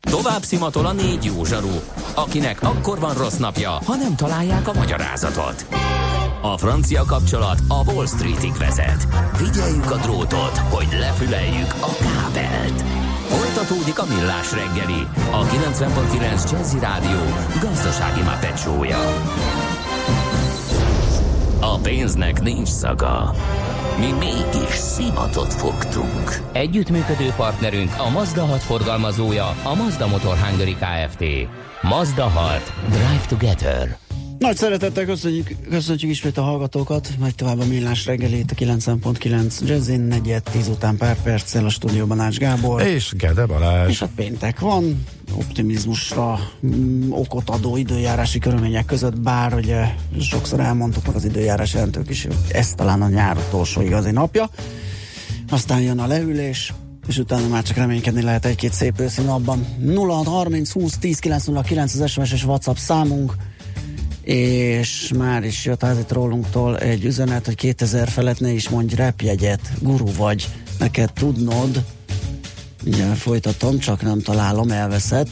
Tovább szimatol a 4 jó zsaru, akinek akkor van rossz napja, ha nem találják a magyarázatot. A francia kapcsolat a Wall Streetig vezet. Figyeljük a drótot, hogy lefüleljük a kábelt. Folytatódik a Millás reggeli, a 90.9 Jazzy Rádió gazdasági Muppet show-ja. A pénznek nincs szaga. Mi mégis szimatot fogtunk. Együttműködő partnerünk a Mazda 6 forgalmazója, a Mazda Motor Hungary Kft. Mazda 6. Drive Together. Nagy szeretettel köszönjük ismét a hallgatókat, megy tovább a Millás reggelét, a 90.9 Jazzin, 4:10 után pár perccel a stúdióban Ács Gábor. És Gede Balázs. És a péntek van, optimizmusra okot adó időjárási körülmények között, bár ugye sokszor elmondtuk meg az időjárás jelentők is, hogy ez talán a nyár utolsó igazi napja. Aztán jön a leülés, és utána már csak reménykedni lehet egy-két szép őszi napban. 0630 20 10 909 az SMS és WhatsApp számunk, és már is jött itt rólunktól egy üzenet, hogy 2000 felett ne is mondj repjegyet, guru vagy, neked tudnod, ugye folytatom, csak nem találom, elveszett,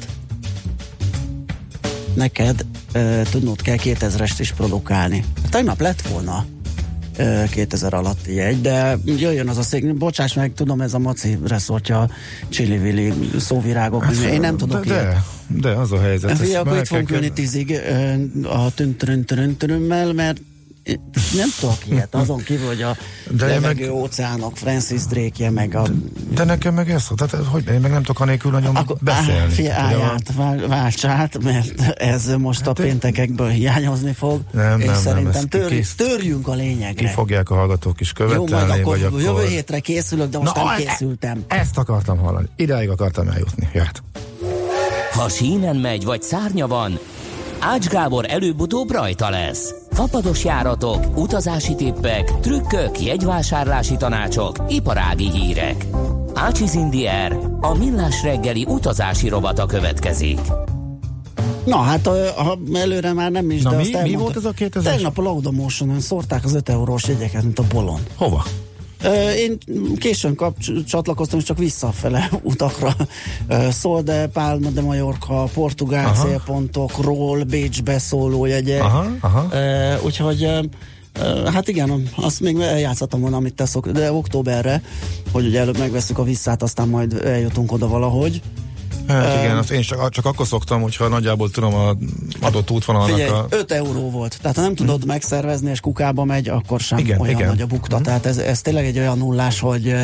neked tudnod kell 2000-est is produkálni. Tegnap lett volna 2000 alatti jegy, de jöjjön az a szék, bocsáss meg, tudom, ez a maci reszortja, csili-vili szóvirágok, én nem tudok ilyet. De az a helyzet. Ugye, akkor itt fogunk ülni 10-ig a tüntörömmel, mert nem tudok ilyet, azon kívül, hogy a levegő óceánok, Francis Drake-je, meg a... De nekem meg ez, tehát hogy én meg nem tudok anélkül nagyon beszélni. Válts át, mert ez most a péntekekből hiányozni fog, és szerintem törjünk a lényegre. Ki fogják a hallgatók is követelni. Jó, majd akkor vagy jövő hétre készülök, de most nem készültem. Ezt akartam hallani, idáig akartam eljutni. Jöhet. Ha sínen megy, vagy szárnya van, Ács Gábor előbb-utóbb rajta lesz. Fapados járatok, utazási tippek, trükkök, jegyvásárlási tanácsok, iparági hírek. Ácsiz in the Air, a Millás reggeli utazási rovata következik. Na hát, előre már nem is, na, de mi volt ez a 2000? Tegnap a Laudamotion-on szórták az 5 eurós jegyeket, mint a bolon. Hova? Én későn csatlakoztam, és csak visszafele utakra szól, de Palma de Mallorca, portugál célpontokról, Bécsbe szóló jegyek. Úgyhogy hát igen, azt még eljátszottam volna, amit te de októberre, hogy ugye előbb megveszük a visszát, aztán majd eljutunk oda valahogy. Hát igen, azt én csak akkor szoktam, hogyha nagyjából tudom a adott útvonalnak. Figyelj, 5 euró volt, tehát ha nem tudod megszervezni, és kukába megy, akkor sem olyan nagy a bukta. Tehát ez tényleg egy olyan nullás,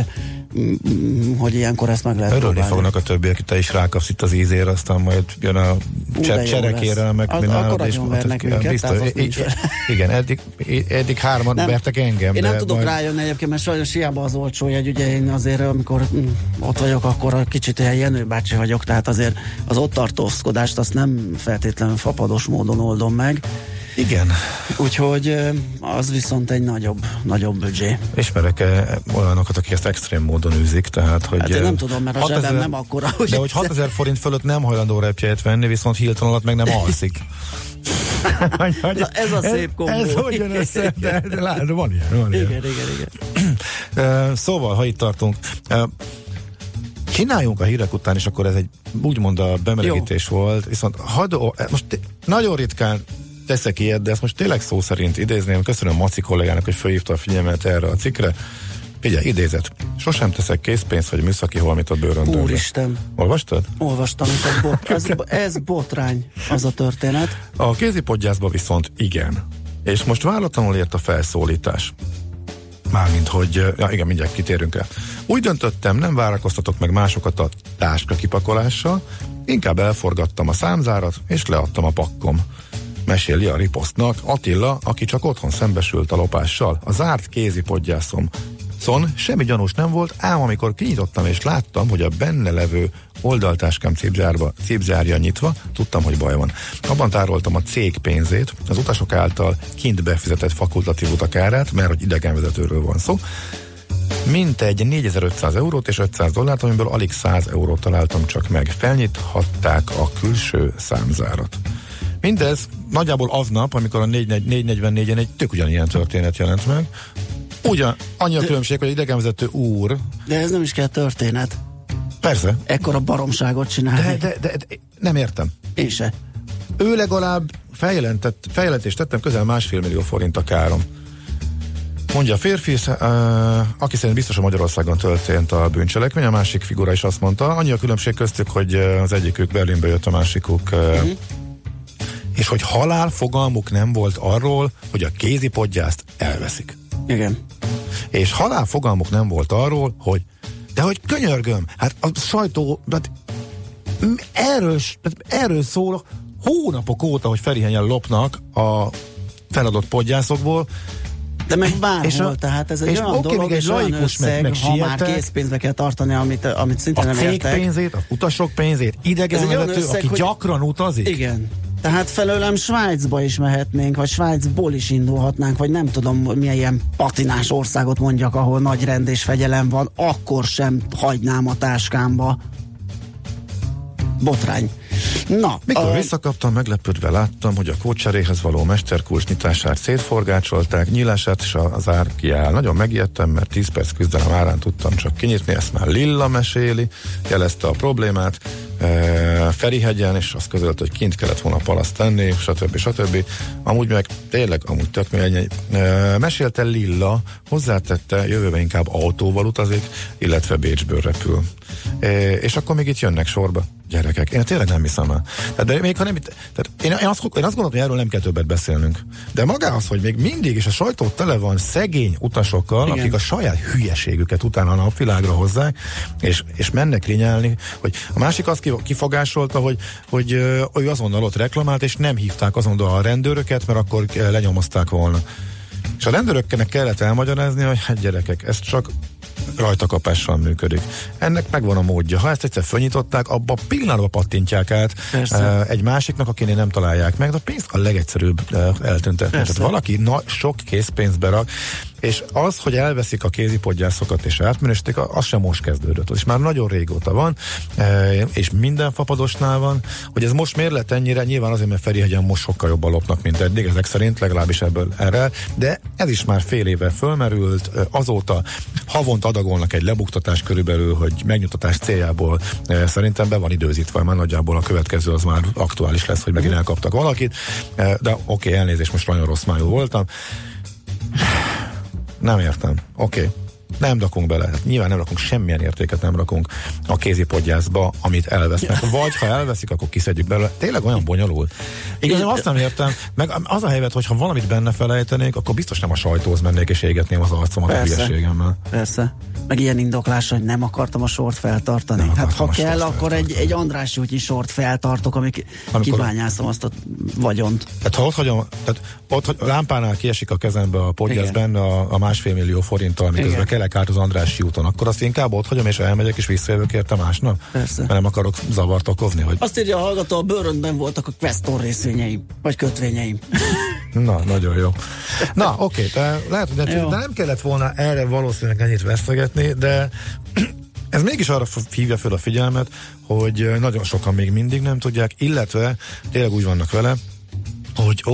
hogy ilyenkor ezt meg lehet próbálni. Örülni fognak a többiek, te is rákapsz itt az ízére, aztán majd jön a cserekére, meg minden. Akkor nagyon vernek minket. Igen, eddig 3-an vertek engem. Én nem tudok rájönni egyébként, mert sajnos hiába az olcsó jegy, ugye én azért, amikor ott vagyok, akkor kicsit ilyen Jenő bácsi vagyok, tehát azért az ott tartózkodást azt nem feltétlenül fapados módon oldom meg. Igen. Úgyhogy az viszont egy nagyobb büdzsé. Ismerek olyanokat, akik ezt extrém módon űzik, tehát hogy... Hát én nem tudom, mert a zsebem nem akkora. De hogy 6000 forint fölött nem hajlandó repjegyet venni, viszont Hilton alatt meg nem alszik. Na, ez a szép kombó. Ez hogy jön össze, de van ilyen. Igen. Szóval, ha itt tartunk... Csináljunk a hírek után, és akkor ez egy úgymond a bemelegítés volt, viszont most nagyon ritkán teszek ilyet, de ezt most tényleg szó szerint idézném. Köszönöm Maci kollégának, hogy felhívta a figyelmet erre a cikkre. Figyelj, idézet. Sosem teszek készpénzt vagy műszaki holmit a bőröndömbe. Úristen. Olvastad? Olvastam, ez botrány, az a történet. A kézipodgyászba viszont igen. És most váratlanul ért a felszólítás. Mármint, hogy... Ja, igen, mindjárt kitérünk el. Úgy döntöttem, nem várakoztatok meg másokat a táska kipakolással, inkább elforgattam a számzárat, és leadtam a pakkom. Meséli a riposztnak Attila, aki csak otthon szembesült a lopással. A zárt kézipodgyászom. Semmi gyanús nem volt, ám amikor kinyitottam és láttam, hogy a benne levő oldaltáskám cipzárja nyitva, tudtam, hogy baj van. Abban tároltam a cég pénzét, az utasok által kint befizetett fakultatív utak árát, mert hogy idegenvezetőről van szó, mintegy 4500 eurót és $500, amiből alig 100 eurót találtam csak meg. Felnyithatták a külső számzárat. Mindez nagyjából aznap, amikor a 444-en egy tök ugyanilyen történet jelent meg. Ugyan, annyi a különbség, hogy idegenvezető úr... De ez nem is kell történet. Persze. Ekkora baromságot csinálni. De nem értem. Én se. Ő legalább feljelentést tettem, közel 1,5 millió forint a károm. Mondja a férfi, aki szerint biztos a Magyarországon történt a bűncselekmény, a másik figura is azt mondta, annyi a különbség köztük, hogy az egyikük Berlinbe jött, a másikuk és hogy halál fogalmuk nem volt arról, hogy a kézipodgyászt elveszik. Igen. És halál fogalmuk nem volt arról, hogy de hogy könyörgöm, hát a sajtó erről szól hónapok óta, hogy Ferihenyen lopnak a feladott podgyászokból. De meg bárhol, tehát ez egy olyan dolog, egy laikus meg ha már készpénzbe kell tartani, amit szintén nem értek. A cég pénzét, a utasok pénzét, idegenvezető, aki gyakran utazik. Igen. Tehát felőlem Svájcba is mehetnénk, vagy Svájcból is indulhatnánk, vagy nem tudom, milyen ilyen patinás országot mondjak, ahol nagy rend és fegyelem van, akkor sem hagynám a táskámba. Botrány. Na, mikor visszakaptam, meglepődve láttam, hogy a kódcseréhez való mesterkulcs nyitását szétforgácsolták, nyílását és az ár kiáll. Nagyon megijedtem, mert 10 perc küzdelem árán tudtam csak kinyitni, ezt már Lilla meséli, jelezte a problémát Ferihegyen, és azt közölt, hogy kint kellett volna palaszt tenni, stb. Amúgy meg tényleg, tök mélyen. Mesélte Lilla, hozzátette, jövőben inkább autóval utazik, illetve Bécsből repül. És akkor még itt jönnek sorba gyerekek. Én tényleg nem hiszem el. De még ha nem, tehát én azt gondolom, hogy erről nem kell többet beszélnünk. De maga az, hogy még mindig is a sajtó tele van szegény utasokkal, igen, akik a saját hülyeségüket utána a napvilágra hozzák, és mennek rinyálni, hogy a másik azt kifogásolta, hogy ő azonnal ott reklamált, és nem hívták azonnal a rendőröket, mert akkor lenyomozták volna. És a rendőröknek kellett elmagyarázni, hogy hát gyerekek, ez csak rajtakapással működik. Ennek megvan a módja. Ha ezt egyszer fölnyitották, abba pillanatban pattintják át egy másiknak, akinél nem találják meg, de a pénzt a legegyszerűbb eltüntetni. Tehát valaki sok készpénzt berak, és az, hogy elveszik a kézipodgyászokat és átminősítik, az sem most kezdődött. Az is már nagyon régóta van, és minden fapadosnál van. Hogy ez most miért lett ennyire? Nyilván azért, mert Ferihegyen most sokkal jobban lopnak, mint eddig, ezek szerint legalábbis ebből erre, de ez is már fél éve fölmerült, azóta havonta adagolnak egy lebuktatás körülbelül, hogy megnyugtatás céljából szerintem be van időzítve, már nagyjából a következő az már aktuális lesz, hogy megint elkaptak valakit, de oké, elnézést, most nagyon rossz májú voltam. Nem értem. Oké. Nem rakunk bele. Nyilván nem rakunk, semmilyen értéket nem rakunk a kézipodgyászba, amit elvesznek. Vagy ha elveszik, akkor kiszedjük belőle. Tényleg olyan bonyolult. Igazán azt nem értem, meg az a helyzet, hogy ha valamit benne felejtenék, akkor biztos nem a sajtóhoz mennék és égetném az arcomat a hülyeségemmel. Persze. Meg ilyen indoklás, hogy nem akartam a sort feltartani. Hát ha kell, akkor egy András Jutyi sort feltartok, amikor kibányászom azt a vagyont. Hát ha ott hagyom, ott lámpánál kiesik a kezembe a podgyász benne a 1,5 millió forinttal, miközben kelek át az Andrássy úton, akkor azt inkább ott hagyom, és elmegyek, és visszajövök érte másnap? Persze. Mert nem akarok zavart okozni. Hogy... Azt írja a hallgató, a bőröndben voltak a Questor részvényeim, vagy kötvényeim. Na, nagyon jó. Na, oké, lehet, hogy de nem kellett volna erre valószínűleg ennyit vesztegetni, de ez mégis arra hívja fel a figyelmet, hogy nagyon sokan még mindig nem tudják, illetve tényleg úgy vannak vele, hogy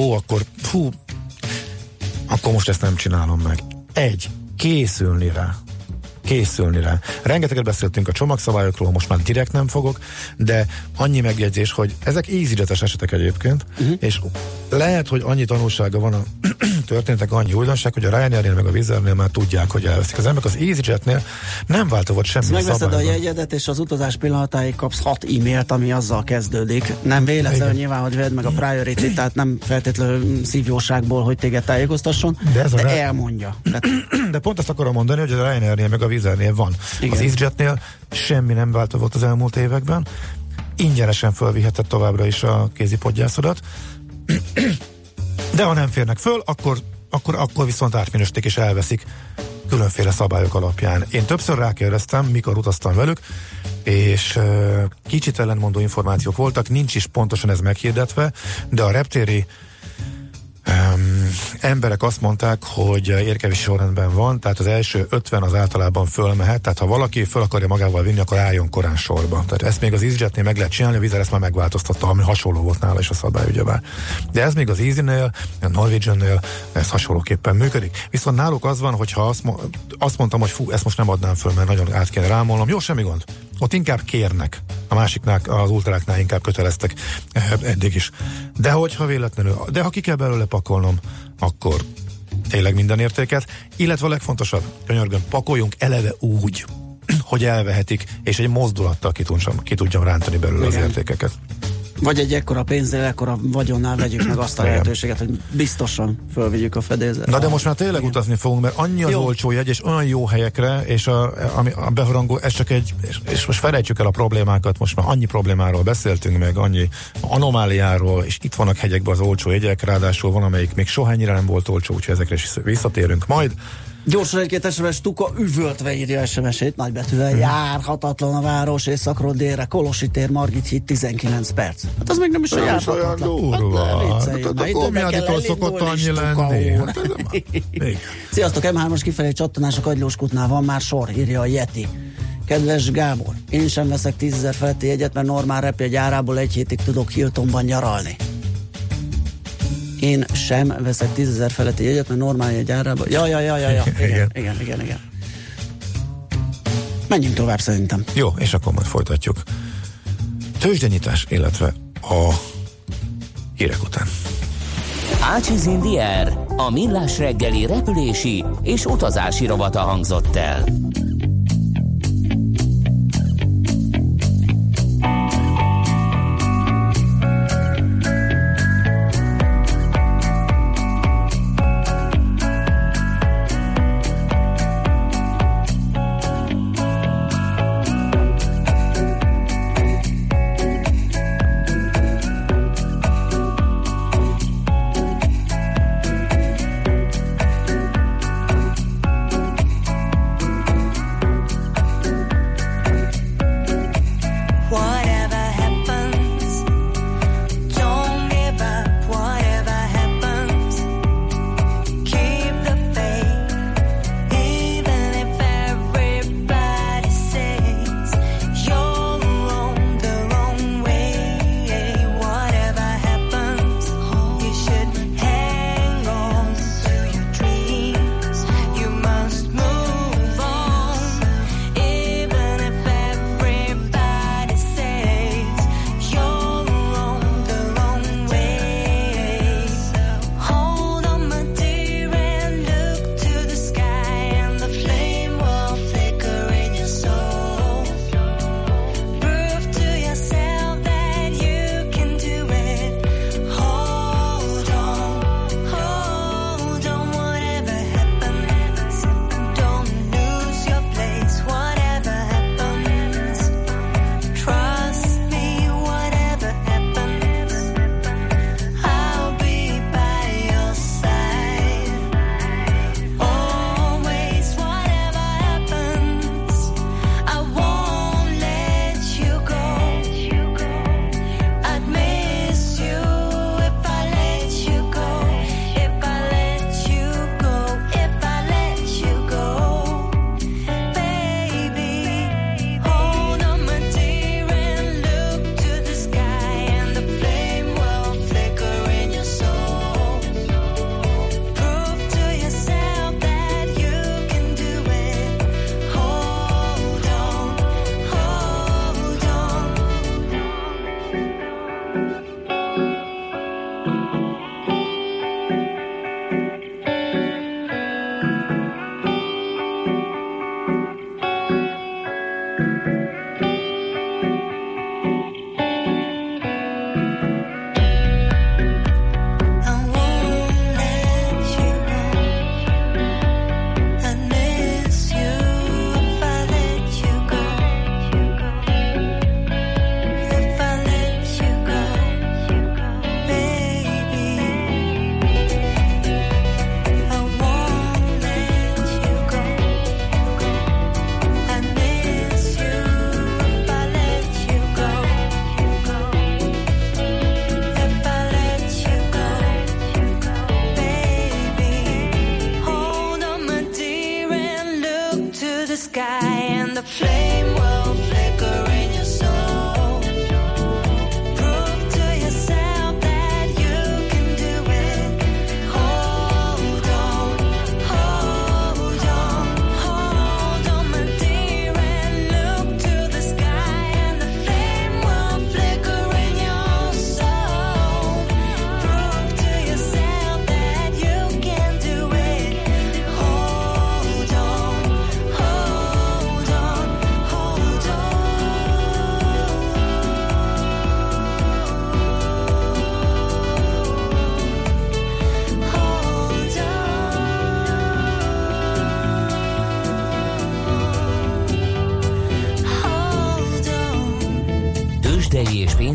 akkor most ezt nem csinálom meg. Készülni rá. Rengeteget beszéltünk a csomagszabályokról, most már direkt nem fogok, de annyi megjegyzés, hogy ezek ízületes esetek egyébként, és lehet, hogy annyi tanulsága van a történetek, annyi újdonság, hogy a Ryanairnél meg a Wizz Airnél már tudják, hogy elveszik. Az emberek az EasyJetnél nem változott semmi szabályban. Megveszed a jegyedet, és az utazás pillanatáig kapsz 6 e-mailt, ami azzal kezdődik. Nem véletlenül nyilván, hogy vedd meg a priority, tehát nem feltétlenül szívjóságból, hogy téged tájékoztasson, de elmondja. De pont ezt akarom mondani, hogy a Ryanairnél meg a Wizz Airnél van. Igen. Az EasyJetnél semmi nem változott az elmúlt években. Ingyenesen fölviheted továbbra is a kézipodgyászodat. De ha nem férnek föl, akkor viszont átminősítik és elveszik különféle szabályok alapján. Én többször rákérdeztem, mikor utaztam velük, és kicsit ellentmondó információk voltak, nincs is pontosan ez meghirdetve, de a reptéri emberek azt mondták, hogy érkezési sorrendben van, tehát az első 50 az általában fölmehet, tehát ha valaki föl akarja magával vinni, akkor álljon korán sorba. Tehát ezt még az EasyJetnél meg lehet csinálni, a Wizz Air ezt már megváltoztatta, ami hasonló volt nála is a szabály, ugyebár. De ez még az Easynél, a Norwegiannél ez hasonlóképpen működik. Viszont náluk az van, hogyha azt mondtam, hogy ezt most nem adnám föl, mert nagyon át kéne rámolnom. Jó, semmi gond. Ott inkább kérnek, a másiknál, az ultráknál inkább köteleztek eddig is. De hogyha véletlenül, de ha ki kell belőle pakolnom, akkor tényleg minden értéket, illetve a legfontosabb, könyörgöm, pakoljunk eleve úgy, hogy elvehetik, és egy mozdulattal ki tudjam rántani belőle az értékeket. Vagy egy ekkora pénznél, ekkora vagyonnál vegyük meg azt a lehetőséget, hogy biztosan fölvigyük a fedélzetet. Na de most már tényleg utazni fogunk, mert annyi az olcsó jegy, és olyan jó helyekre, és a beharangó, ez csak egy, és most felejtsük el a problémákat, most már annyi problémáról beszéltünk meg, annyi anomáliáról, és itt vannak hegyekben az olcsó jegyek, ráadásul van, amelyik még soha ennyire nem volt olcsó, úgyhogy ezekre is visszatérünk majd. Gyorsan egy-két SMS, Tuka üvöltve írja SMS-ét nagybetűvel, járhatatlan a város északról délre, Kolosi tér, Margit híd 19 perc. Hát az még nem is olyan járhatatlan. Olyan durva. Hát a Komjáditól szokott annyi lenni. Sziasztok, M3-as kifelé csattanás a Kagylós kútnál, van már sor, írja a Yeti. Kedves Gábor, én sem veszek 10 000 feletti jegyet, mert normál repjegy árából egy hétig tudok Hiltonban nyaralni. Én sem veszek 10 000 feletti jegyet, mert normál jegy árából. Ja. Igen. Menjünk tovább szerintem. Jó, és akkor majd folytatjuk. Tőzsdenyítás, illetve a hírek után. Ácsiz in the Air, a millás reggeli repülési és utazási rovata hangzott el.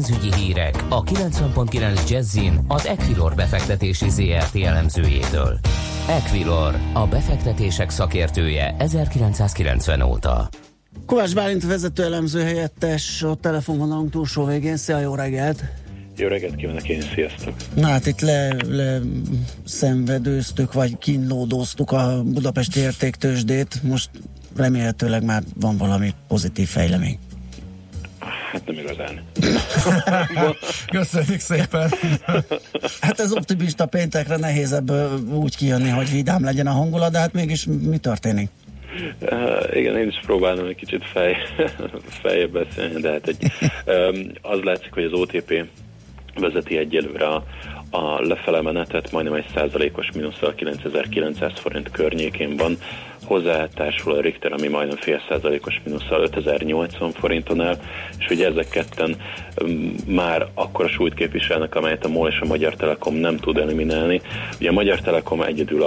pénzügyi hírek a 90.9 Jazzin az Equilor befektetési ZRT elemzőjétől. Equilor, a befektetések szakértője 1990 óta. Kovács Bálint vezető elemző helyettes a telefonvonalunk túlsó végén. Szia, jó reggelt! Jó reggelt kívánok én, sziasztok! Na hát itt szenvedőztük, vagy kínlódoztuk a budapesti értéktőzsdét. Most remélhetőleg már van valami pozitív fejlemény. Hát nem igazán. Köszönjük szépen! Hát ez optimista péntekre nehéz ebből úgy kijönni, hogy vidám legyen a hangulat, de hát mégis mi történik? Igen, én is próbálom egy kicsit feljebb beszélni, de hát az látszik, hogy az OTP vezeti egyelőre a lefele menetet, majdnem 1%-os mínusszal 9900 forint környékén van. Hozzá társul a Richter, ami majdnem 0,5%-os mínusszal 5080 forinton áll, és ugye ezek ketten már akkora súlyt képviselnek, amelyet a MOL és a Magyar Telekom nem tud eliminálni. Ugye a Magyar Telekom egyedül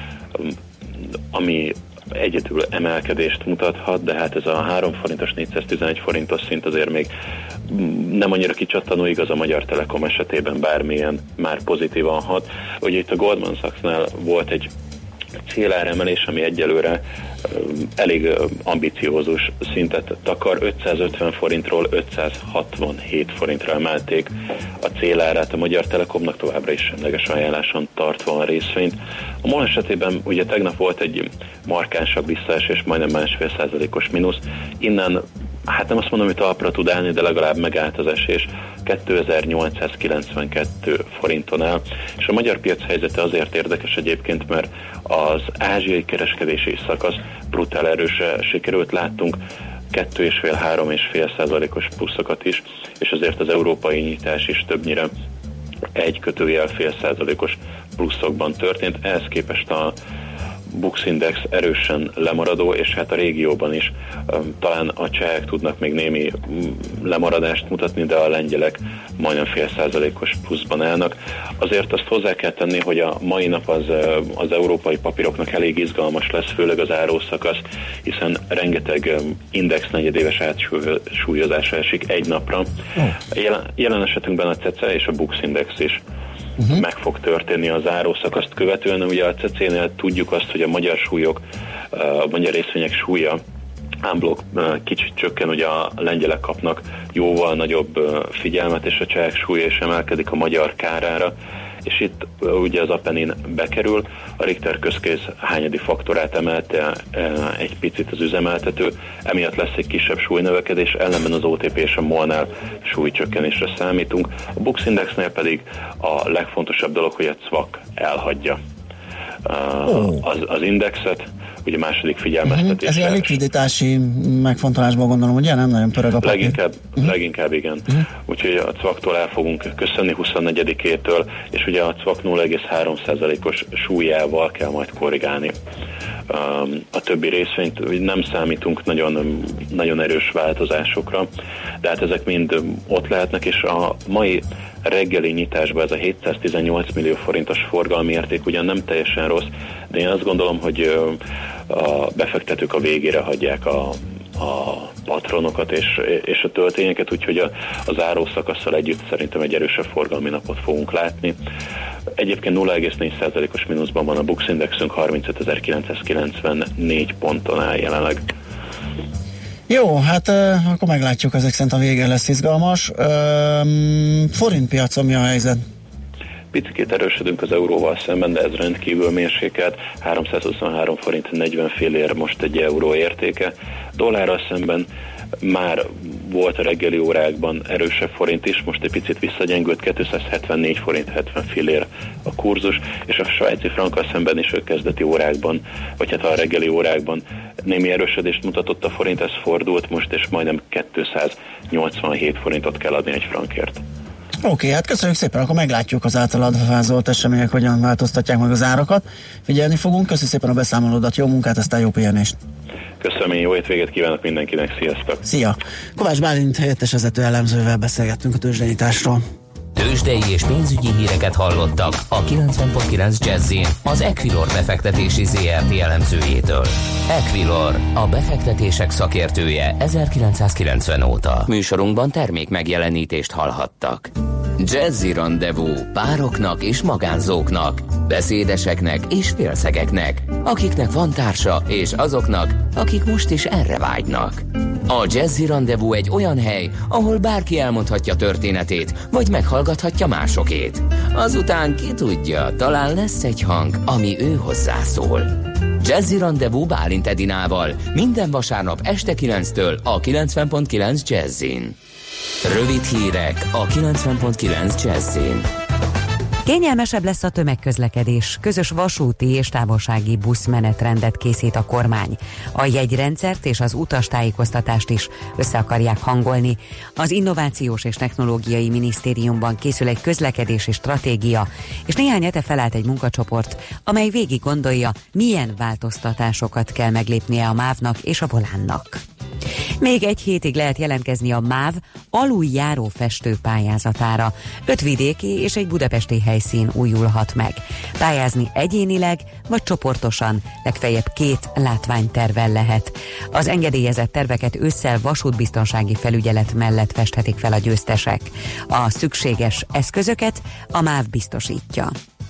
ami egyedül emelkedést mutathat, de hát ez a 3 forintos 411 forintos szint azért még nem annyira kicsattanó, igaz a Magyar Telekom esetében bármilyen már pozitívan hat. Ugye itt a Goldman Sachsnál volt egy céláremelés, ami egyelőre elég ambiciózus szintet takar. 550 forintról 567 forintra emelték a célárát a Magyar Telekomnak, továbbra is semleges ajánláson tartva a részvényt. A MOL esetében ugye tegnap volt egy markánsabb visszaesés, majdnem 1,5%-os mínusz. Innen hát nem azt mondom, hogy talpra tud állni, de legalább megállt az esés, 2892 forinton áll, és a magyar piac helyzete azért érdekes egyébként, mert az ázsiai kereskedési szakasz brutál erősen sikerült, láttunk 2,5-3,5%-os pluszokat is, és azért az európai nyitás is többnyire 1,5%-os pluszokban történt, ehhez képest a Bux Index erősen lemaradó, és hát a régióban is talán a csehek tudnak még némi lemaradást mutatni, de a lengyelek majdnem 0,5%-os pluszban állnak. Azért azt hozzá kell tenni, hogy a mai nap az európai papíroknak elég izgalmas lesz, főleg az árószakasz, hiszen rengeteg index negyedéves átsúlyozása esik egy napra. Jelen esetünkben a CECE és a Bux Index is meg fog történni az zárószakaszt követően. Ugye a CC-nél tudjuk azt, hogy a magyar súlyok, a magyar részvények súlya unblock kicsit csökken, ugye a lengyelek kapnak jóval nagyobb figyelmet, és a csehek súlya is emelkedik a magyar kárára, és itt ugye az Apennin bekerül, a Richter közkéz hányadi faktorát emelte egy picit az üzemeltető, emiatt lesz egy kisebb súlynövekedés, ellenben az OTP és a MOL-nál súlycsökkenésre számítunk. A Bux Indexnél pedig a legfontosabb dolog, hogy a CVAK elhagyja az indexet, ugye második figyelmeztetés. Ez ilyen likviditási megfontolásból gondolom, ugye? Nem nagyon pörög a papír. Leginkább igen. Úgyhogy a CVAK-tól el fogunk köszönni 24-től, és ugye a CVAK 0,3%-os súlyával kell majd korrigálni a többi részvényt. Nem számítunk nagyon, nagyon erős változásokra, de hát ezek mind ott lehetnek, és a mai reggeli nyitásban ez a 718 millió forintos forgalmi érték ugyan nem teljesen rossz, de én azt gondolom, hogy a befektetők a végére hagyják a patronokat és a töltényeket, úgyhogy a zárószakasszal együtt szerintem egy erősebb forgalmi napot fogunk látni. Egyébként 0,4%-os mínuszban van a Bux Indexünk, 35.994 ponton áll jelenleg. Jó, hát akkor meglátjuk, ezek szerint a vége lesz izgalmas. Forintpiacon mi a helyzet? Picikét erősödünk az euróval szemben, de ez rendkívül mérsékelt. 323 forint 40 fillér most egy euró értéke. Dollárral szemben már volt a reggeli órákban erősebb forint is, most egy picit visszagyengült, 274 forint 70 fillér a kurzus, és a svájci frankkal szemben is kezdeti órákban, vagy hát a reggeli órákban némi erősödést mutatott a forint, ez fordult most, és majdnem 287 forintot kell adni egy frankért. Oké, hát köszönjük szépen, akkor meglátjuk az általad vázolt események, hogyan változtatják meg az árakat. Figyelni fogunk, köszönjük szépen a beszámolódat, jó munkát, aztán jó pihenést. Köszönöm, én jó hétvégét kívánok mindenkinek, sziasztok! Szia! Kovács Bálint helyettes vezető elemzővel beszélgettünk a tőzsdenyításról. Tőzsdei és pénzügyi híreket hallottak a 90.9 Jazz-in az Equilor befektetési ZRT elemzőjétől. Equilor, a befektetések szakértője 1990 óta. Műsorunkban termék megjelenítést hallhattak. Jazzy Rendezvú pároknak és magánzóknak, beszédeseknek és félszegeknek, akiknek van társa és azoknak, akik most is erre vágynak. A Jazzy Rendezvú egy olyan hely, ahol bárki elmondhatja történetét, vagy meghallgathatja másokét. Azután ki tudja, talán lesz egy hang, ami ő hozzászól. Jazzy Rendezvú Bálint Edinával minden vasárnap este 9-től a 90.9 Jazzin. Rövid hírek a 90.9 Jazzin. Kényelmesebb lesz a tömegközlekedés. Közös vasúti és távolsági buszmenetrendet készít a kormány. A jegyrendszert és az utastájékoztatást is össze akarják hangolni. Az Innovációs és Technológiai Minisztériumban készül egy közlekedési stratégia, és néhány hete felállt egy munkacsoport, amely végig gondolja, milyen változtatásokat kell meglépnie a MÁV-nak és a Volánnak. Még egy hétig lehet jelentkezni a MÁV aluljáró festő pályázatára. 5 vidéki és egy budapesti helyszín újulhat meg. Pályázni egyénileg vagy csoportosan, legfeljebb 2 látványtervvel lehet. Az engedélyezett terveket ősszel vasútbiztonsági felügyelet mellett festhetik fel a győztesek. A szükséges eszközöket a MÁV biztosítja.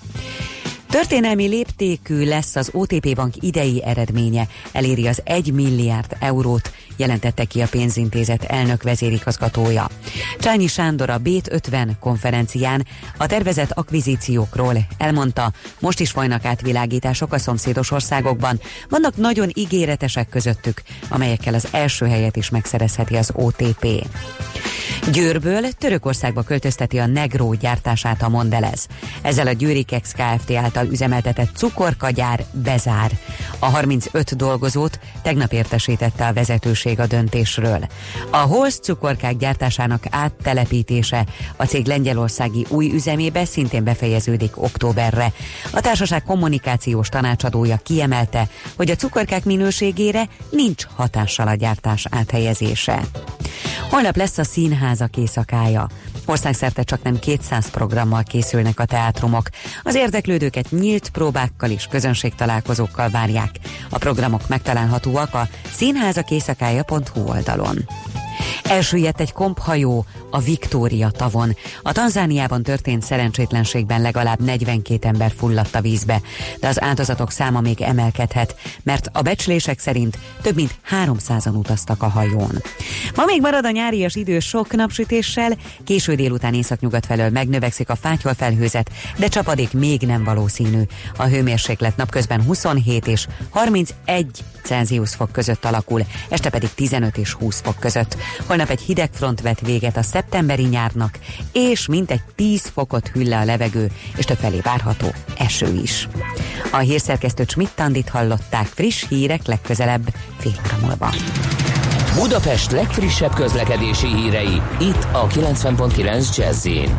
Történelmi léptékű lesz az OTP Bank idei eredménye, eléri az 1 milliárd eurót, jelentette ki a pénzintézet elnök vezérigazgatója. Csányi Sándor a Bét 50 konferencián a tervezett akvizíciókról elmondta, most is folynak átvilágítások a szomszédos országokban, vannak nagyon ígéretesek közöttük, amelyekkel az első helyet is megszerezheti az OTP. Győrből Törökországba költözteti a Negró gyártását a Mondelez. Ezzel a Győrikex Kft. Által üzemeltetett cukorkagyár bezár. A 35 dolgozót tegnap értesítette a vezetőség a döntésről. A Holsz cukorkák gyártásának áttelepítése a cég lengyelországi új üzemébe szintén befejeződik októberre. A társaság kommunikációs tanácsadója kiemelte, hogy a cukorkák minőségére nincs hatással a gyártás áthelyezése. Holnap lesz a színházak éjszakája. Országszerte csaknem 200 programmal készülnek a teátrumok. Az érdeklődőket nyílt próbákkal és közönségtalálkozókkal várják. A programok megtalálhatóak a színházakéjszakája.hu oldalon. Elsüllyedt egy komphajó a Victoria tavon. A Tanzániában történt szerencsétlenségben legalább 42 ember fulladt a vízbe, de az áldozatok száma még emelkedhet, mert a becslések szerint több mint 300-an utaztak a hajón. Ma még marad a nyárias idő sok napsütéssel, késő délután északnyugat felől megnövekszik a fátyolfelhőzet, de csapadék még nem valószínű. A hőmérséklet napközben 27 és 31 Celsius fok között alakul, este pedig 15 és 20 fok között. Holnap egy hideg front vet véget a szeptemberi nyárnak, és mintegy 10 fokot hűl le a levegő, és többfelé várható eső is. A hírszerkesztő Schmidt-Tandit hallották, friss hírek legközelebb fél óra múlva. Budapest legfrissebb közlekedési hírei, itt a 90.9 Jazz-in.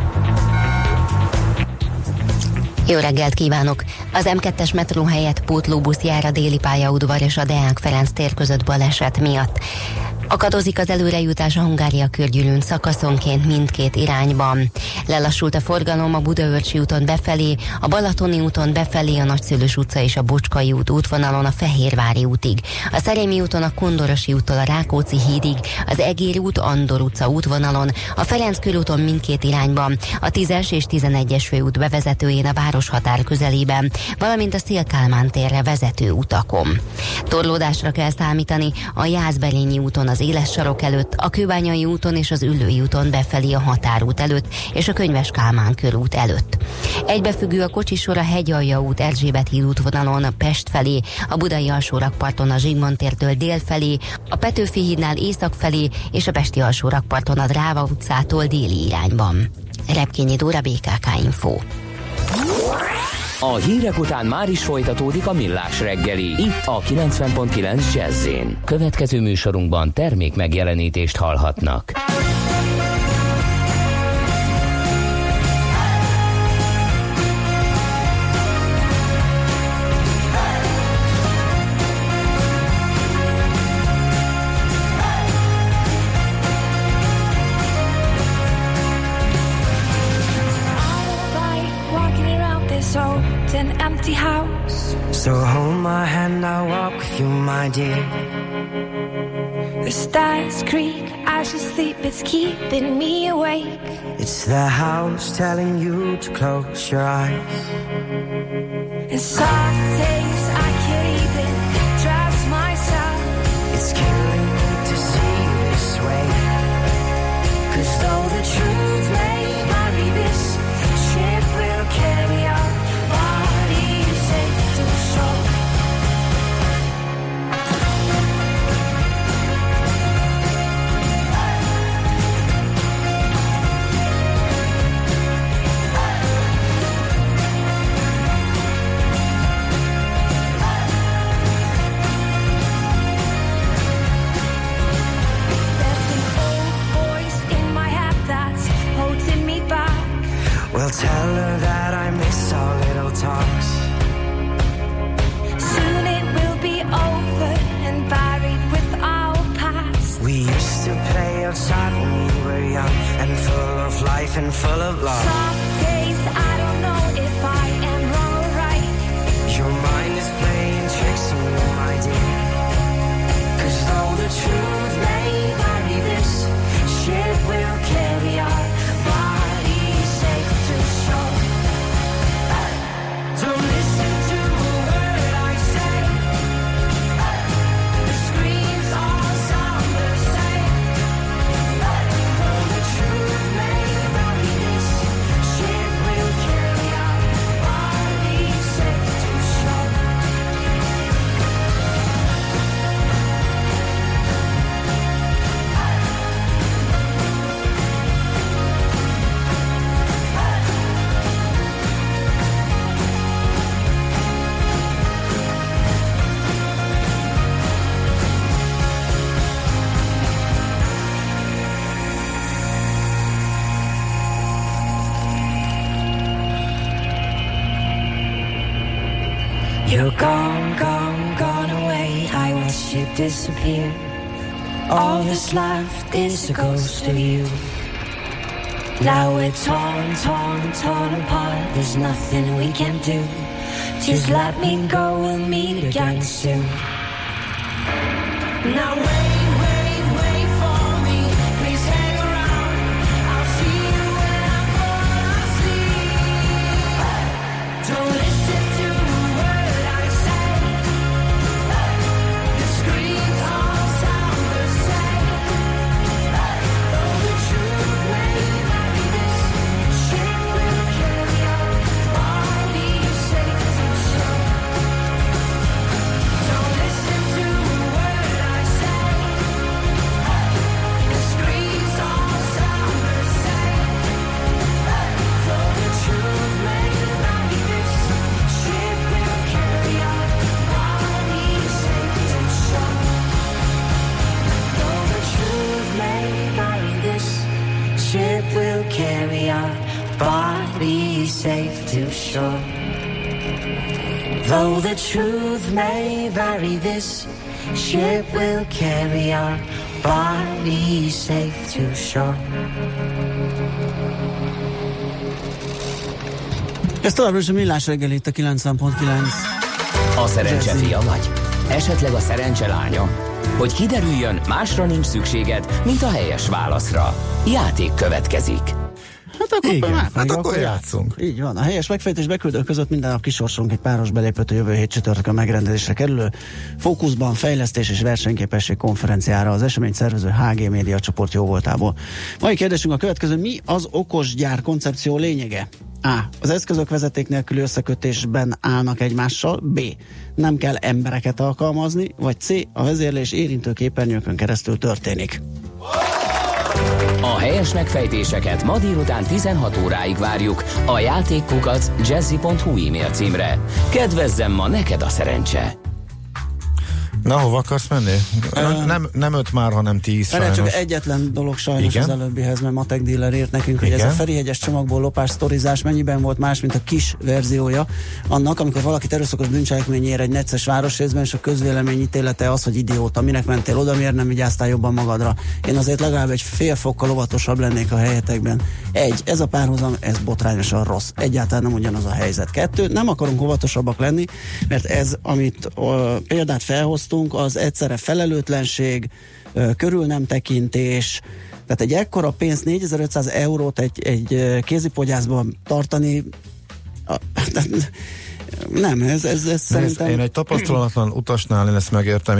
Jó reggelt kívánok! Az M2-es metró helyett pótlóbusz jár a Déli pályaudvar és a Deák Ferenc tér között baleset miatt. Akadozik az előrejutás a Hungária körgyűrűn szakaszonként mindkét irányban. Lelassult a forgalom a Budaörsi úton befelé, a Balatoni úton befelé, a Nagyszülős utca és a Bocskai út útvonalon a Fehérvári útig. A Szerémi úton a Kondorosi úttól a Rákóczi hídig, az Egér út Andor utca útvonalon, a Ferenc körúton mindkét irányban, a 10-es és 11-es főút bevezetőjén a városhatár közelében, valamint a Széll-Kálmán térre vezető utakon. Torlódásra kell számítani a Jászberényi úton az Éles sarok előtt, a Kőbányai úton és az Üllői úton befelé a Határút előtt és a Könyves Kálmán körút előtt. Egybefüggő a kocsisor a Hegyalja út Erzsébet híd útvonalon a Pest felé, a Budai alsórakparton a Zsigmond tértől dél felé, a Petőfi hídnál észak felé és a Pesti alsórakparton a Dráva utcától déli irányban. Repkényi Dóra, BKK Info. A hírek után már is folytatódik a Millás reggeli, itt a 90.9 Jazz-in. Következő műsorunkban termék megjelenítést hallhatnak. told an empty house. So hold my hand, I'll walk with you, my dear. The stars creak as you sleep, it's keeping me awake. It's the house telling you to close your eyes. And some days I can't even trust myself. It's killing me to see you this way. 'Cause though the truth may vary, this ship will carry our bodies safe to shore. Well, tell her that I miss our little talks. Soon it will be over and buried with our past. We used to play outside when we were young and full of life and full of love. Some days I don't know if I am wrong or right. Your mind is playing tricks on you, my dear. 'Cause though the truth may vary, this ship will carry our bodies safe to shore. Don't listen to a word I say. The screams all sound the same. Though the truth may vary, this ship will carry our bodies safe to shore. You're gone, gone, gone away. I watched you disappear. All that's left is a ghost of you. Now we're torn, torn, torn apart. There's nothing we can do. Just let me go, we'll meet again soon. Now wait, wait, wait for me. Please hang around. I'll see you when I fall asleep. Don't listen to a word I say. The screams all sound the same. Though the truth may vary, this ship will carry our bodies safe to shore. Don't listen to a word I say. The screams all sound the same. Though the truth may vary, this ship will carry our bodies safe to shore. Though the truth may vary, this ship will carry our bodies safe to shore. Though the truth may vary, this ship will carry our bodies safe to shore. Ez továbbra is a Millás reggel itt a 90.9. A szerencse fia vagy? Esetleg a szerencse lánya? Hogy kiderüljön, másra nincs szükséged, mint a helyes válaszra. Játék következik. Hát akkor játszunk. Így van. A helyes megfejtés beküldők között minden nap kisorsolunk egy páros belépőt a jövő hét csütörtökön megrendezésre kerülő Fókuszban fejlesztés és versenyképesség konferenciára. Az esemény szervező HG Média csoport jóvoltából. Mai kérdésünk a következő: mi az okos gyár koncepció lényege? A. Az eszközök vezeték nélküli összekötésben állnak egymással. B. Nem kell embereket alkalmazni. Vagy C. A vezérlés érintő képernyőkön keresztül történik. A helyes megfejtéseket ma délután 16 óráig várjuk a játékkukac.jazzy.hu e-mail címre. Kedvezzem ma neked a szerencse! Na, hova akarsz menni? Nem 5 már, hanem 10 sajnos. Csak egyetlen dolog sajnos. Igen? Az előbbihez, mert Matek Dealer írt nekünk, hogy ez a Ferihegyes csomagból lopás sztorizás mennyiben volt más, mint a kis verziója annak, amikor valakit erőszakos bűncselekmény ér egy necces városrészben, és a közvélemény ítélete az, hogy idióta, minek mentél oda, miért nem vigyáztál jobban magadra. Én azért legalább egy fél fokkal óvatosabb lennék a helyetekben. Ez a párhuzam, ez botrányosan rossz. Egyáltalán nem ugyanaz a helyzet. 2, nem akarunk óvatosabbak lenni, mert ez, amit példát felhoztunk, az egyszerre felelőtlenség, körül nem tekintés, tehát egy ekkora pénzt, 4500 eurót egy kézipodgyászban tartani, nem, ez szerintem... Én egy tapasztalatlan utasnál én ezt megértem.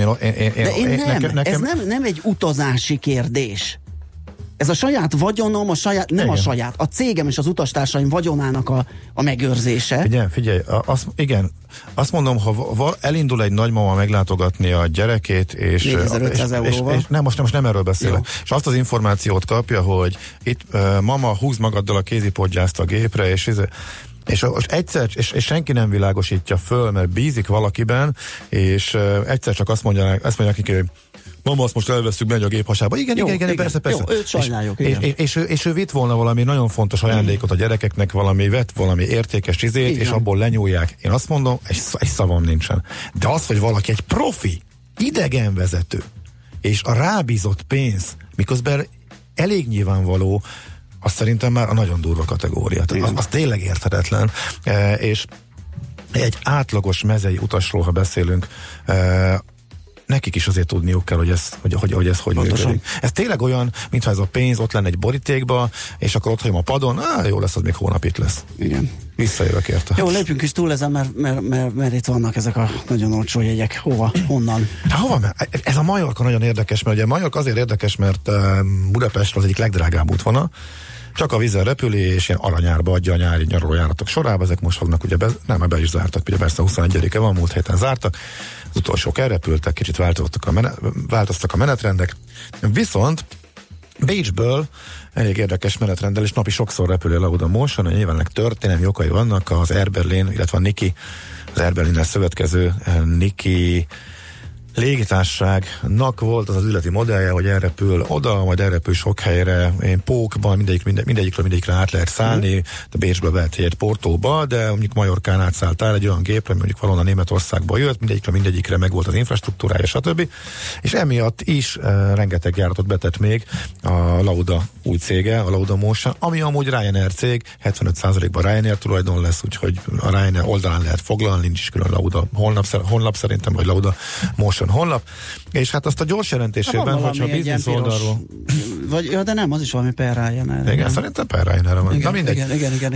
Nem egy utazási kérdés. Ez a saját vagyonom, nem a saját, a cégem és az utastársaim vagyonának a megőrzése. Figyelj, azt mondom, ha elindul egy nagymama meglátogatni a gyerekét, és 4500 euróval. És most nem erről beszélek. Jó. És azt az információt kapja, hogy itt mama, húz magaddal a kézipodgyászt a gépre, és egyszer, és senki nem világosítja föl, mert bízik valakiben, és egyszer csak azt mondják neki, hogy mama, azt most elveszünk, megy a gép hasába. Igen, persze. Jó, őt sajnáljuk, és ő vitt volna valami nagyon fontos ajándékot a gyerekeknek, vett valami értékes izét, és abból lenyúlják. Én azt mondom, egy szavam nincsen. De az, hogy valaki egy profi, idegenvezető, és a rábízott pénz, miközben elég nyilvánvaló, az szerintem már a nagyon durva kategória. Az tényleg érthetetlen. És egy átlagos mezei utasról, ha beszélünk, nekik is azért tudniuk kell, hogy ez hogy működik. Ez tényleg olyan, mintha ez a pénz ott lenne egy borítékba, és akkor ott hagyom a padon, jó lesz, az még hónap itt lesz. Igen. Visszajövök érte. Jó, lépjünk is túl ezen, mert itt vannak ezek a nagyon olcsó jegyek. Hova? Honnan? Ez a Majorka nagyon érdekes, mert ugye Majorka azért érdekes, mert Budapest az egyik legdrágább útvonal, csak a vízen repüli, és ilyen aranyárba adja a nyári nyaralójáratok sorába, ezek most fognak ugye be is zártak, ugye persze 21-e van, múlt héten zártak, az utolsók elrepültek, kicsit változtak a menetrendek, viszont Bécsből elég érdekes menetrendel, és napi sokszor repül Lauda Motion, nyilván történelmi okai vannak, az Air Berlin, illetve a Niki, az Air Berlinnel szövetkező Niki légitársaságnak volt az üzleti modellje, hogy elrepül oda, majd elrepül sok helyre, Pókban, mindegyikre át lehet szállni, de Bécsből vett egy Portóba, de mondjuk Majorkán átszálltál egy olyan gépre, mondjuk valahol a Németországból jött, mindegyikre meg volt az infrastruktúrája, stb. És emiatt is rengeteg járatot betett még a Lauda új cége, a Lauda Motion, ami amúgy Ryanair cég, 75%-ban Ryanair tulajdon lesz, úgyhogy a Ryanair oldalán lehet foglalni, nincs is külön Lauda honlap szerintem, vagy Lauda Motion honlap, és hát azt a gyors jelentésében, hogyha a biznisz oldalról... de nem, az is valami per Ryanair. Igen, szerintem per Ryanair van. Na mindegy. Igen.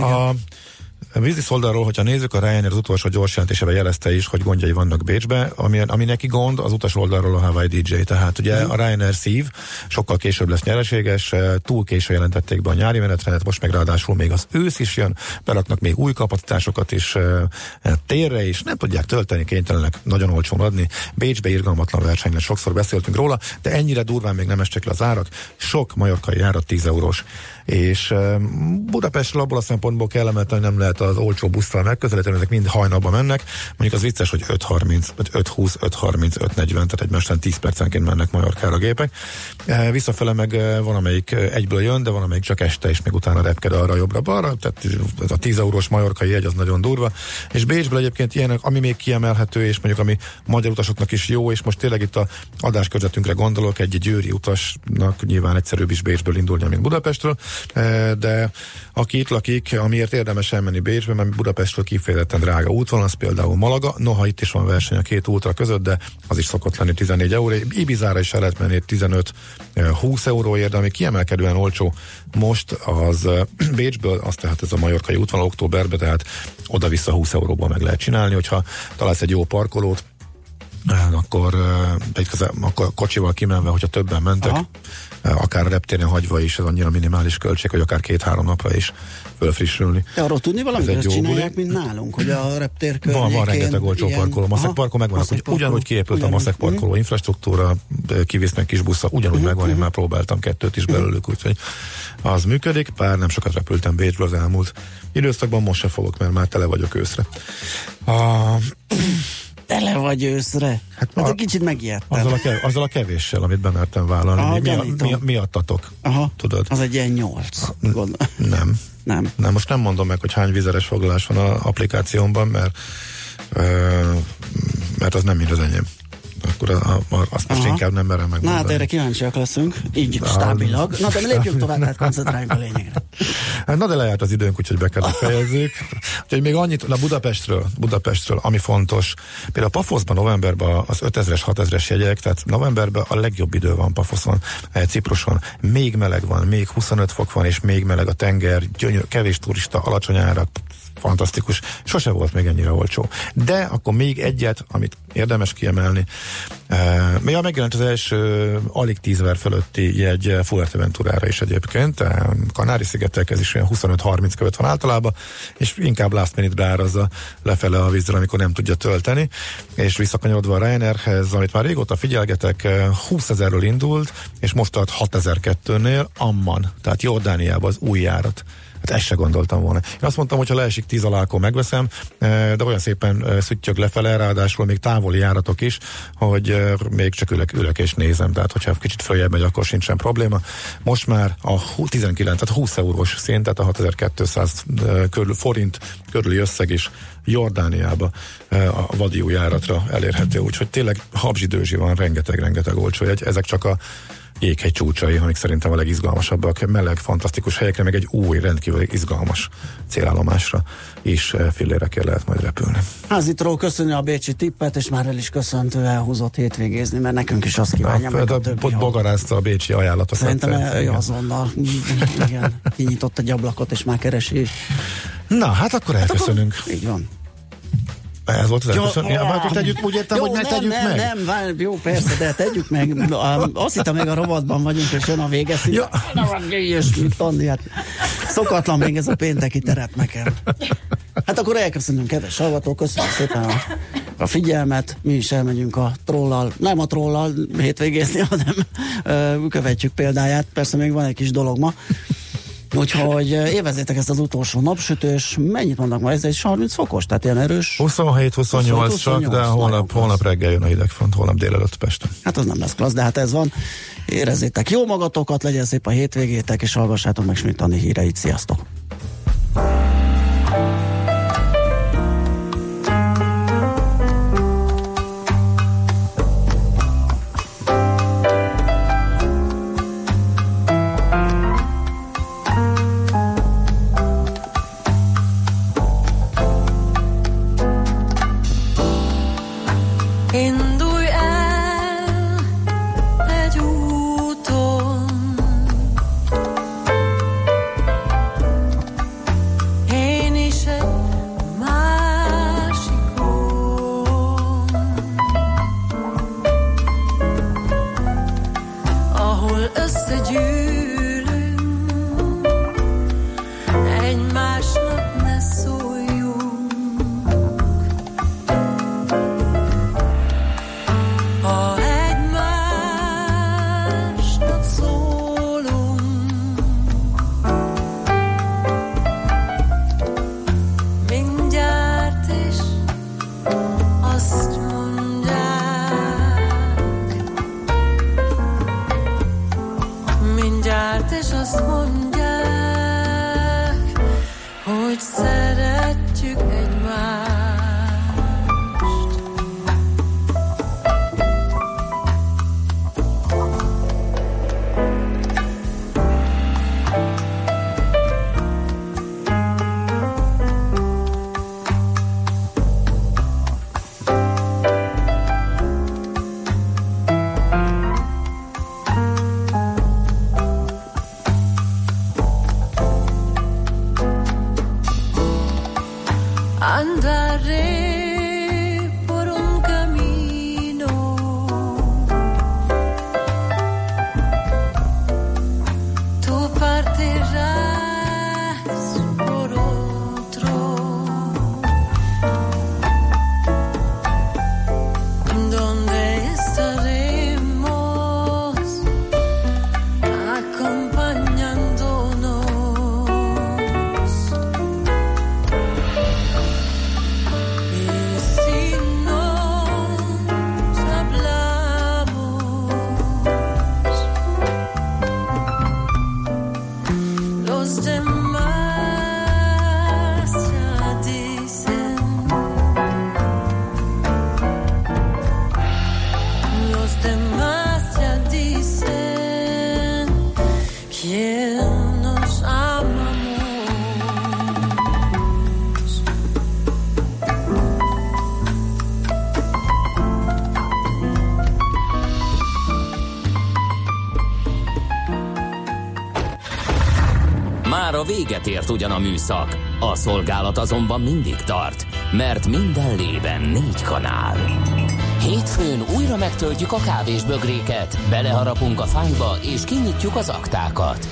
A biznisz oldalról, hogyha nézzük, a Ryanair az utolsó gyors jelentésében jelezte is, hogy gondjai vannak Bécsbe, ami neki gond, az utas oldalról a Hawaii DJ, tehát ugye a Ryanair szív sokkal később lesz nyereséges, túl késő jelentették be a nyári menetrendet, most meg ráadásul még az ősz is jön, beraknak még új kapacitásokat is térre is, nem tudják tölteni, kénytelenek nagyon olcsón adni. Bécsbe irgalmatlan verseny, sokszor beszéltünk róla, de ennyire durván még nem estek le az árak, sok majorkai járat 10 eurós. És Budapestről abból a szempontból kellemetlen, hogy nem lehet az olcsó busztal megközelíteni, ezek mind hajnalban mennek, mondjuk az vicces, hogy 5.30, 5.20, 5.30, 5.40, tehát egymástán 10 percenként mennek Majorkára a gépek. Visszafele meg van, amelyik egyből jön, de van, amelyik csak este, és még utána repked arra jobbra-balra, tehát a 10 eurós majorkai jegy az nagyon durva. És Bécsből egyébként ilyenek, ami még kiemelhető, és mondjuk ami magyar utasoknak is jó, és most tényleg itt a adáskörzetünkre gondolok, egy győri utasnak nyilván egyszerűbb is Bécsből indulnia, mint Budapestről, de aki itt lakik, amiért érdemes elmenni Bécsbe, mert Budapestről kifejezetten drága útvonal, az például Malaga, noha itt is van verseny a két ultra között, de az is szokott lenni 14 euró. Ibizára is el lehet menni 15-20 euróért, de ami kiemelkedően olcsó most az Bécsből, az tehát ez a majorkai útvonal októberben, tehát oda-vissza 20 euróból meg lehet csinálni, hogyha találsz egy jó parkolót, akkor kocsival kimenve, hogyha többen mentek, akár a reptéren hagyva is, ez annyira minimális költség, hogy akár 2-3 napra is fölfrissülni. De arról tudni valamit, ezt csinálják, mint nálunk, hogy a reptér környékén... Van rengeteg olcsó parkoló. Maszek parkoló megvan, ugyanúgy kiépült a Maszek parkoló infrastruktúra, kivisznek kis buszra, ugyanúgy megvan, én már próbáltam 2 is belőlük, úgyhogy az működik, bár nem sokat repültem Bécsből az elmúlt időszakban, most se fogok, mert már tele vagyok őszre. tele vagy őszre. Hát egy kicsit megijedtem. Azzal a kevéssel, amit bemertem vállalni. Miattatok. Aha, tudod? Az egy ilyen 8. Nem, most nem mondom meg, hogy hány vízeres foglalás van az applikációmban, mert az nem mind az enyém. Akkor azt most inkább nem merem megmondani. Na hát erre kíváncsiak leszünk, így stábilag. Na de lépjünk tovább, tehát koncentráljunk a lényegre. Na de lejárt az időnk, úgyhogy be kell fejezzük. Úgyhogy még annyit, Budapestről, ami fontos. Például Pafoszban novemberben az 5000-es, 6000-es jegyek, tehát novemberben a legjobb idő van Pafoszon, Cipruson. Még meleg van, még 25 fok van, és még meleg a tenger, kevés turista, alacsony árak, fantasztikus. Sose volt még ennyire olcsó. De akkor még egyet, amit érdemes kiemelni. Megjelent az első alig 10 fölötti jegy Fuerteventurára is egyébként. Kanári-szigetek, ez is olyan 25-30 követ van általában, és inkább last minute beárazza lefele a vízről, amikor nem tudja tölteni. És visszakanyarodva a Ryanairhez, amit már régóta figyelgetek, 20 000-ről indult, és most tart 6002-nél Amman, tehát Jordániában az új járat. Hát ezt se gondoltam volna. Én azt mondtam, hogy ha leesik 10 alá, akkor megveszem, de olyan szépen szüttyög lefele, ráadásul még távoli járatok is, hogy még csak ülök és nézem, tehát hogyha kicsit följebb megy, akkor sincsen probléma. Most már a 19, tehát 20 eurós szint, tehát a 6200 forint körüli összeg is Jordániába a vadiú járatra elérhető, úgyhogy tényleg habzsidőzsi van, rengeteg olcsó jegy. Ezek csak a jéghegy csúcsai, amik szerintem a legizgalmasabbak, meleg, fantasztikus helyekre, meg egy új, rendkívül izgalmas célállomásra is fillérekkel lehet majd repülni. Házitról köszönjük a bécsi tippet, és már el is köszöntő elhúzott hétvégézni, mert nekünk is azt kívánja meg a többi. Bogarázta a bécsi ajánlatokat. Szerintem azonnal igen, kinyitott egy ablakot, és már keresi is. Na, hát akkor elköszönünk. Így van. Ez volt az elköszönés. Úgy értem, hogy ne tegyük meg. Nem, jó, persze, de tegyük meg. Azt hittem, még a rovatban vagyunk, és jön a vége. Ja. És mit tanni, hát szokatlan még ez a pénteki terep nekem. Hát akkor elköszönünk, kedves hallgatók, köszönjük szépen a figyelmet. Mi is elmegyünk a trollal, nem a trollal hétvégézni, hanem követjük példáját. Persze még van egy kis dolog ma. Úgyhogy élvezzétek ezt az utolsó napsütős, mennyit mondnak ma, ez egy 30 fokos, tehát ilyen erős? 27-28 csak, de holnap reggel jön a hidegfront, holnap délelőtt Pesten. Hát az nem lesz klassz, de hát ez van. Érezzétek jó magatokat, legyen szép a hétvégétek, és hallgassátok meg Schmidt-Andi híreit. Sziasztok! véget ért ugyan a műszak, a szolgálat azonban mindig tart, mert minden lében 4 kanál. Hétfőn újra megtöltjük a kávésbögréket, beleharapunk a fányba és kinyitjuk az aktákat.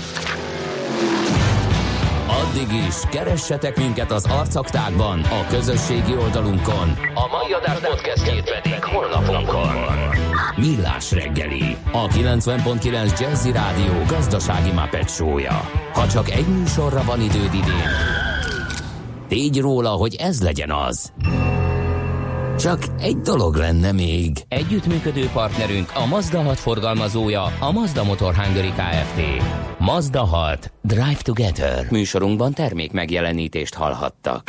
Addig is keressetek minket az arcaktákban, a közösségi oldalunkon, a mai adás podcastjét pedig honlapunkon. Millás reggeli, a 90.9 Jazzy Rádió gazdasági Muppet show-ja. Ha csak egy műsorra van időd idén, tégy róla, hogy ez legyen az. Csak egy dolog lenne még. Együttműködő partnerünk a Mazda 6 forgalmazója, a Mazda Motor Hungary Kft. Mazda 6. Drive Together. Műsorunkban termék megjelenítést hallhattak.